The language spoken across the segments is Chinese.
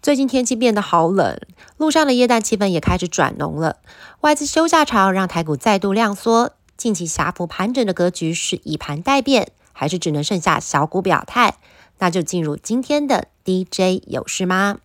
最近天气变得好冷，路上的耶诞气氛也开始转浓了。外资休假潮让台股再度量缩，近期狭幅盘整的格局是以盘待变，还是只能剩下小股表态？那就进入今天的 DJ 有事吗？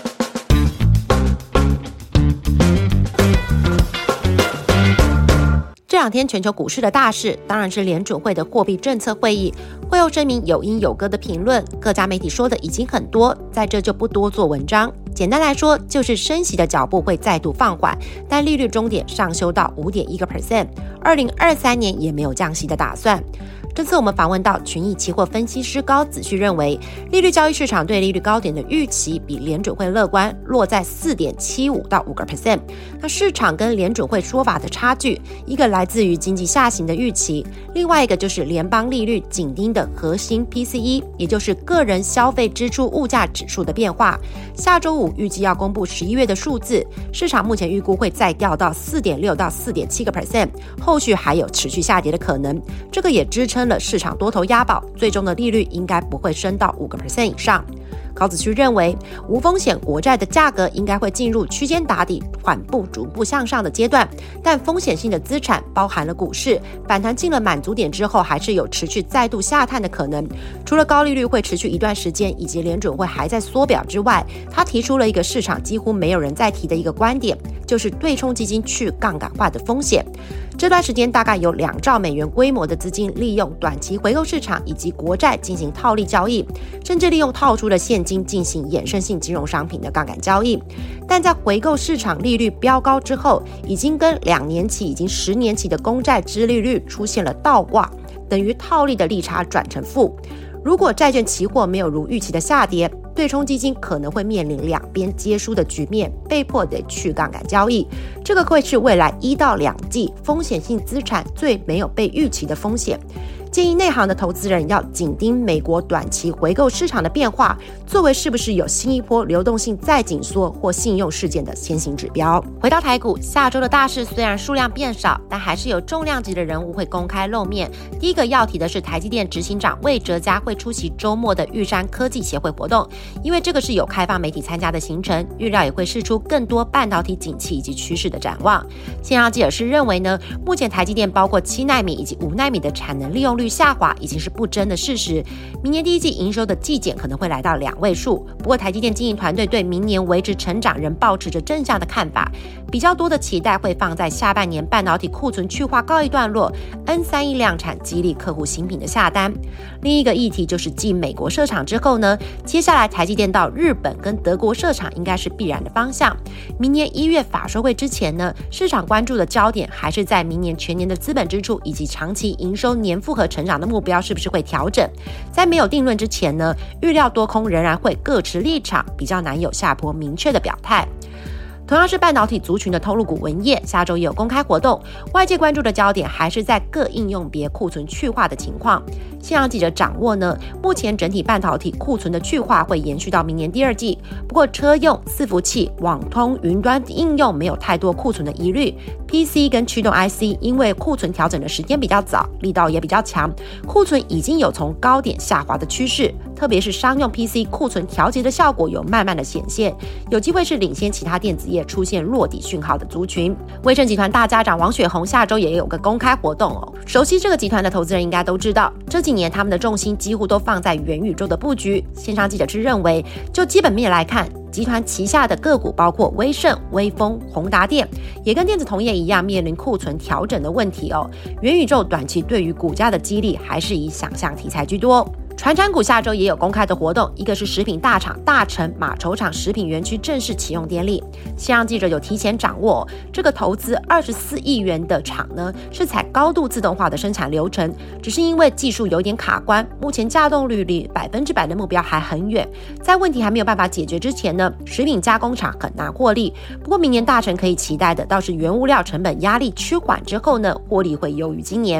这两天全球股市的大事，当然是联准会的货币政策会议。会后声明有因有歌的评论，各家媒体说的已经很多，在这就不多做文章。简单来说，就是升息的脚步会再度放缓，但利率终点上修到 5.1%， 2023年也没有降息的打算。这次我们访问到群益期货分析师高子旭认为，利率交易市场对利率高点的预期比联准会乐观，落在 4.75 到 5%。 那市场跟联准会说法的差距，一个来自于经济下行的预期，另外一个就是联邦利率紧盯的核心 PCE， 也就是个人消费支出物价指数的变化。下周五预计要公布11月的数字，市场目前预估会再掉到 4.6 到 4.7%， 后续还有持续下跌的可能。这个也支撑了市场多头押宝，最终的利率应该不会升到 5% 以上。高子旭认为，无风险国债的价格应该会进入区间打底、缓步逐步向上的阶段，但风险性的资产包含了股市，反弹进了满足点之后，还是有持续再度下探的可能。除了高利率会持续一段时间，以及联准会还在缩表之外，他提出了一个市场几乎没有人在提的一个观点，就是对冲基金去杠杆化的风险。这段时间大概有2兆美元规模的资金利用短期回购市场以及国债进行套利交易，甚至利用套出的现金进行衍生性金融商品的杠杆交易。但在回购市场利率飙高之后，已经跟2年期以及10年期的公债殖利率出现了倒挂，等于套利的利差转成负。如果债券期货没有如预期的下跌，对冲基金可能会面临两边皆输的局面，被迫得去杠杆交易。这个会是未来1到2季风险性资产最没有被预期的风险。建议内行的投资人要紧盯美国短期回购市场的变化，作为是不是有新一波流动性再紧缩或信用事件的先行指标。回到台股，下周的大事虽然数量变少，但还是有重量级的人物会公开露面。第一个要提的是台积电执行长魏哲嘉会出席周末的玉山科技协会活动，因为这个是有开放媒体参加的行程，预料也会释出更多半导体景气以及趋势的展望。线上记者是认为呢，目前台积电包括7奈米以及5奈米的产能利用率下滑已经是不争的事实，明年第一季营收的季减可能会来到2位数。不过台积电经营团队对明年维持成长仍抱持着正向的看法，比较多的期待会放在下半年半导体库存去化告一段落， N3E 量产激励客户新品的下单。另一个议题就是继美国设厂之后呢，接下来台积电到日本跟德国设厂应该是必然的方向。明年1月法说会之前呢，市场关注的焦点还是在明年全年的资本支出以及长期营收年复合成长的目标是不是会调整。在没有定论之前呢，预料多空仍然会各持立场，比较难有下波明确的表态。同样是半导体族群的通路股文业，下周也有公开活动，外界关注的焦点还是在各应用别库存去化的情况。线上记者掌握呢，目前整体半导体库存的去化会延续到明年第2季，不过车用、伺服器、网通、云端应用没有太多库存的疑虑。PC 跟驱动 IC 因为库存调整的时间比较早，力道也比较强，库存已经有从高点下滑的趋势，特别是商用 PC 库存调节的效果有慢慢的显现，有机会是领先其他电子业出现落底讯号的族群。威盛集团大家长王雪红下周也有个公开活动哦，熟悉这个集团的投资人应该都知道，这几年他们的重心几乎都放在元宇宙的布局。线上记者是认为，就基本面来看，集团旗下的个股包括威盛、威锋、宏达电，也跟电子同业一样面临库存调整的问题哦。元宇宙短期对于股价的激励还是以想象题材居多。传产股下周也有公开的活动，一个是食品大厂大成马稠厂食品园区正式启用典礼。线上记者有提前掌握，这个投资24亿元的厂呢，是采高度自动化的生产流程，只是因为技术有点卡关，目前稼动率离100%的目标还很远。在问题还没有办法解决之前呢，食品加工厂很难获利。不过明年大成可以期待的倒是原物料成本压力趋缓之后呢，获利会优于今年。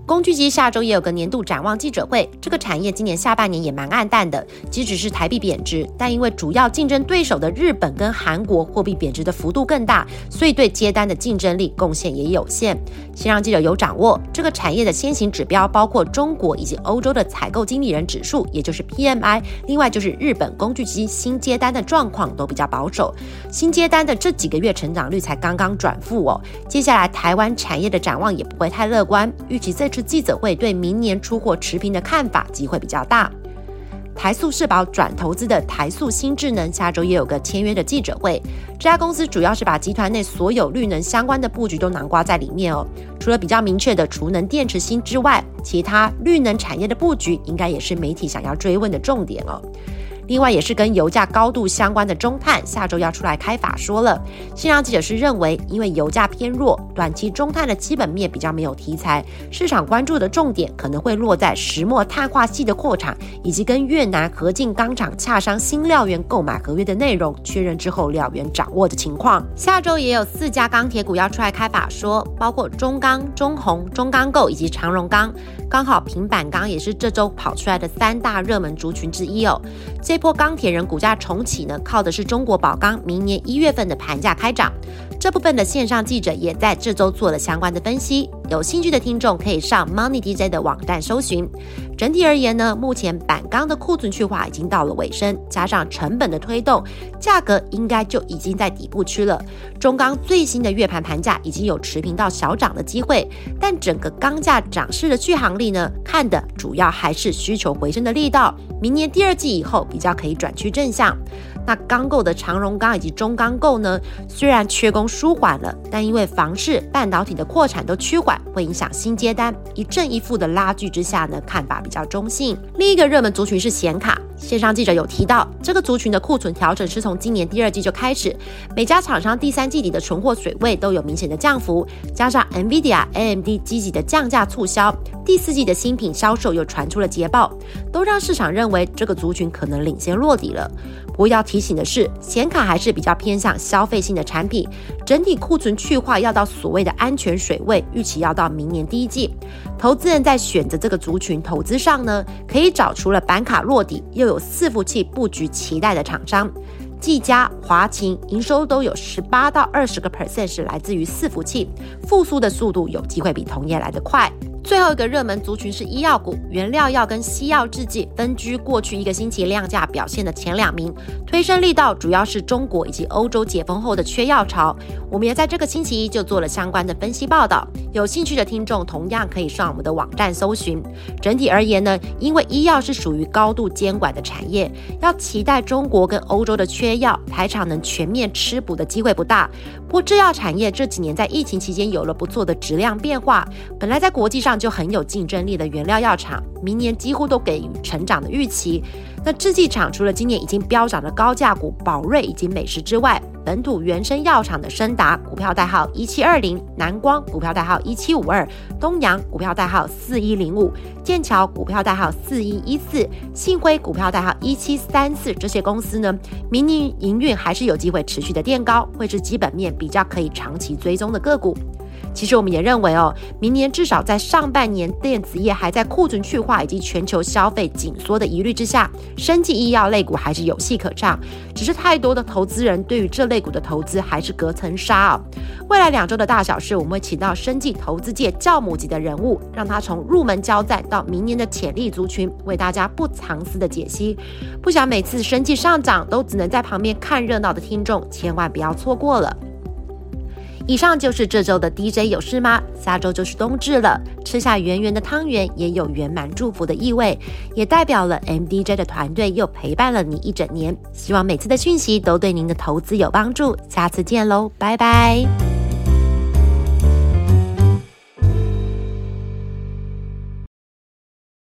工具机下周也有个年度展望记者会，这个产业今年下半年也蛮暗淡的，即使是台币贬值，但因为主要竞争对手的日本跟韩国货币贬值的幅度更大，所以对接单的竞争力贡献也有限。先让记者有掌握这个产业的先行指标，包括中国以及欧洲的采购经理人指数，也就是 PMI， 另外就是日本工具机新接单的状况都比较保守，新接单的这几个月成长率才刚刚转负哦。接下来台湾产业的展望也不会太乐观，预期这次记者会对明年出货持平的看法机会比较大。台塑世宝转投资的台塑新智能下周也有个签约的记者会，这家公司主要是把集团内所有绿能相关的布局都囊括在里面哦。除了比较明确的储能电池芯之外，其他绿能产业的布局应该也是媒体想要追问的重点哦。另外也是跟油价高度相关的中碳下周要出来开法说了，新浪记者是认为因为油价偏弱，短期中碳的基本面比较没有题材，市场关注的重点可能会落在石墨碳化系的扩产，以及跟越南合进钢厂洽商新料源购买合约的内容，确认之后料源掌握的情况。下周也有4家钢铁股要出来开法说，包括中钢、中红、中钢构以及长荣钢，刚好平板钢也是这周跑出来的3大热门族群之一哦。这波钢铁人股价重启呢，靠的是中国宝钢明年1月份的盘价开涨。这部分的线上记者也在这周做了相关的分析，有兴趣的听众可以上 Money DJ 的网站搜寻。整体而言呢，目前板钢的库存去化已经到了尾声，加上成本的推动，价格应该就已经在底部区了。中钢最新的月盘盘价已经有持平到小涨的机会，但整个钢价涨势的续航力呢，看的主要还是需求回升的力道，明年第2季以后比较可以转趋正向。那钢构的长荣钢以及中钢构呢，虽然缺工舒缓了，但因为房市、半导体的扩产都趋缓，会影响新接单，一正一负的拉锯之下呢，看法比较中性。另一个热门族群是显卡，线上记者有提到，这个族群的库存调整是从今年第2季就开始，每家厂商第3季底的存货水位都有明显的降幅，加上 NVIDIA、AMD 积极的降价促销，第4季的新品销售又传出了捷报，都让市场认为这个族群可能领先落底了。不过要提醒的是，显卡还是比较偏向消费性的产品，整体库存去化要到所谓的安全水位，预期要到明年第1季。投资人在选择这个族群投资上呢，可以找除了板卡落底，又有伺服器布局期待的厂商。技嘉、华擎营收都有18到20% 是来自于伺服器，复苏的速度有机会比同业来得快。最后一个热门族群是医药股，原料药跟西药制剂分居过去1个星期量价表现的前2名，推升力道主要是中国以及欧洲解封后的缺药潮。我们也在这个星期1就做了相关的分析报道，有兴趣的听众同样可以上我们的网站搜寻。整体而言呢，因为医药是属于高度监管的产业，要期待中国跟欧洲的缺药，台厂能全面吃补的机会不大。不过制药产业这几年在疫情期间有了不错的质量变化，本来在国际上就很有竞争力的原料药厂，明年几乎都给予成长的预期。那制剂厂除了今年已经飙涨的高价股宝瑞以及美食之外，本土原生药厂的昇達股票代号1720，南光股票代号1752，东阳股票代号4105，剑桥股票代号4114，信辉股票代号1734，这些公司呢，明年营运还是有机会持续的垫高，会是基本面比较可以长期追踪的个股。其实我们也认为明年至少在上半年电子业还在库存去化以及全球消费紧缩的疑虑之下，生技医药类股还是有戏可唱，只是太多的投资人对于这类股的投资还是隔层纱未来2周的大小事，我们会请到生技投资界教母级的人物，让他从入门交战到明年的潜力族群，为大家不藏私的解析。不想每次生技上涨都只能在旁边看热闹的听众，千万不要错过了。以上就是这周的 DJ 有事吗？下周就是冬至了，吃下圆圆的汤圆也有圆满祝福的意味，也代表了 MDJ 的团队又陪伴了你一整年。希望每次的讯息都对您的投资有帮助，下次见喽，拜拜。